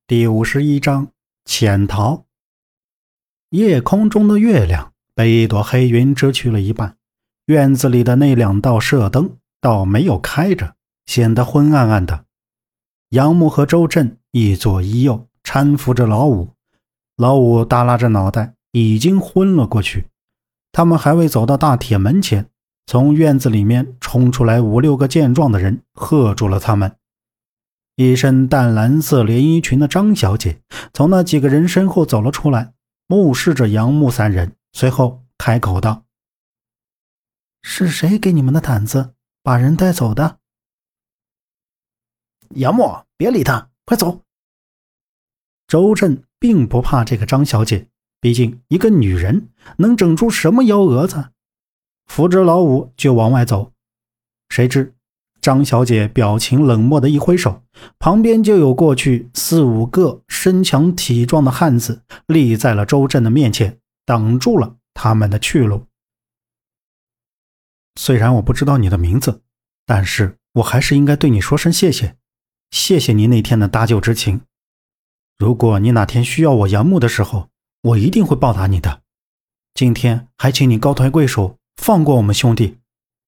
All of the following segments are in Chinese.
第51章潜逃。夜空中的月亮被一朵黑云遮去了一半，院子里的那2道射灯倒没有开着，显得昏暗暗的。杨木和周震一左一右搀扶着老五，老五耷拉着脑袋已经昏了过去。他们还未走到大铁门前，从院子里面冲出来5、6个健壮的人，喝住了他们。一身淡蓝色连衣裙的张小姐从那几个人身后走了出来，目视着杨木3人，随后开口道： 是谁给你们的胆子把人带走的？ 杨木，别理他，快走。 周震并不怕这个张小姐，毕竟一个女人能整出什么幺蛾子，扶着老五就往外走。谁知张小姐表情冷漠的一挥手，旁边就有过去4、5个身强体壮的汉子立在了周震的面前，挡住了他们的去路。虽然我不知道你的名字，但是我还是应该对你说声谢谢，谢谢你那天的搭救之情。如果你哪天需要我杨木的时候，我一定会报答你的。今天还请你高抬贵手，放过我们兄弟。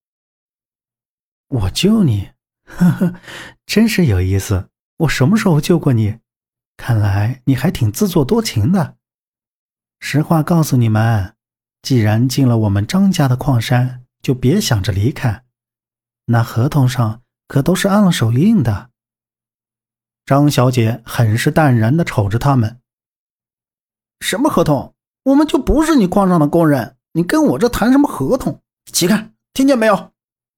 我救你？呵呵，真是有意思，我什么时候救过你？看来你还挺自作多情的。实话告诉你们，既然进了我们张家的矿山，就别想着离开，那合同上可都是按了手印的。 张小姐很是淡然地瞅着他们。 什么合同？我们就不是你矿上的工人，你跟我这谈什么合同？起开，听见没有？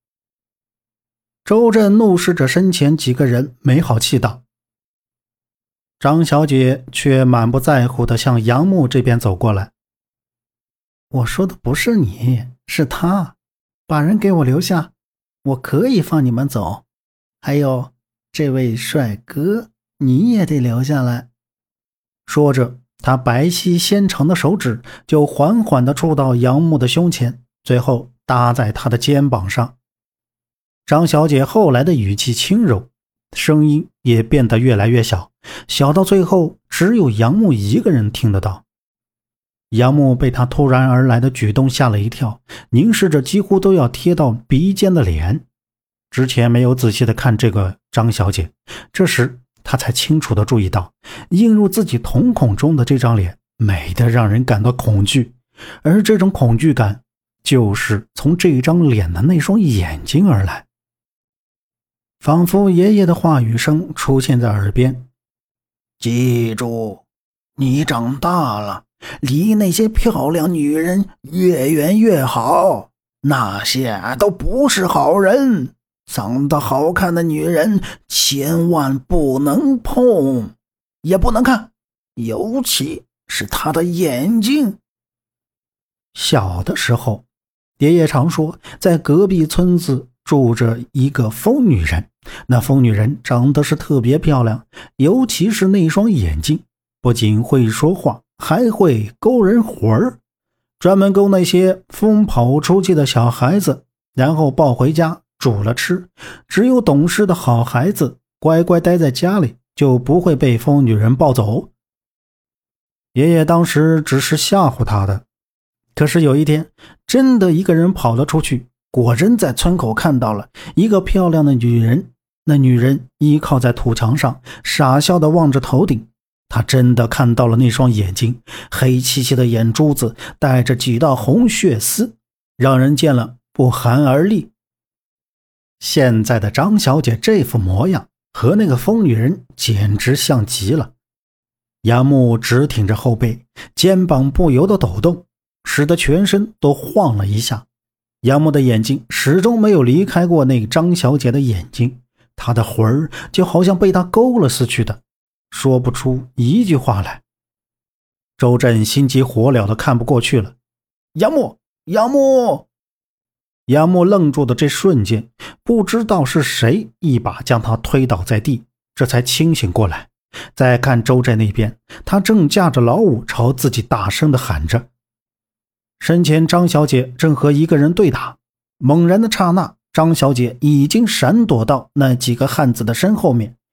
周震怒视着身前几个人，没好气道。张小姐却满不在乎地向杨木这边走过来。 我说的不是你，是他，把人给我留下，我可以放你们走。还有这位帅哥，你也得留下来。 说着，他白皙纤长的手指就缓缓地触到杨木的胸前，最后搭在他的肩膀上。张小姐后来的语气轻柔，声音也变得越来越小，小到最后只有杨木一个人听得到。杨木被她突然而来的举动吓了一跳，凝视着几乎都要贴到鼻尖的脸。之前没有仔细地看这个张小姐，这时他才清楚地注意到，映入自己瞳孔中的这张脸美得让人感到恐惧，而这种恐惧感就是从这张脸的那双眼睛而来。仿佛爷爷的话语声出现在耳边： 记住，你长大了，离那些漂亮女人越远越好，那些都不是好人，长得好看的女人千万不能碰，也不能看，尤其是她的眼睛。 小的时候，爷爷常说，在隔壁村子住着一个疯女人，那疯女人长得是特别漂亮，尤其是那双眼睛，不仅会说话，还会勾人魂儿，专门勾那些疯跑出去的小孩子，然后抱回家煮了吃。只有懂事的好孩子乖乖待在家里，就不会被疯女人抱走。爷爷当时只是吓唬他的，可是有一天，真的一个人跑了出去，果真在村口看到了一个漂亮的女人。那女人依靠在土墙上，傻笑地望着头顶。他真的看到了那双眼睛，黑漆漆的眼珠子带着几道红血丝，让人见了不寒而栗。现在的张小姐这副模样和那个疯女人简直像极了。杨木直挺着后背，肩膀不由得抖动，使得全身都晃了一下。杨木的眼睛始终没有离开过那张小姐的眼睛，她的魂儿就好像被她勾了似去的，说不出一句话来。周震心急火燎的看不过去了。 杨木，杨木！ 杨木愣住的这瞬间，不知道是谁一把将他推倒在地，这才清醒过来。再看周震那边，他正架着老五朝自己大声的喊着。身前张小姐正和一个人对打，猛然的刹那，张小姐已经闪躲到那几个汉子的身后面。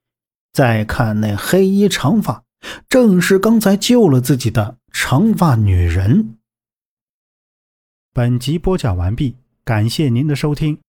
再看那黑衣长发，正是刚才救了自己的长发女人。 本集播讲完毕，感谢您的收听。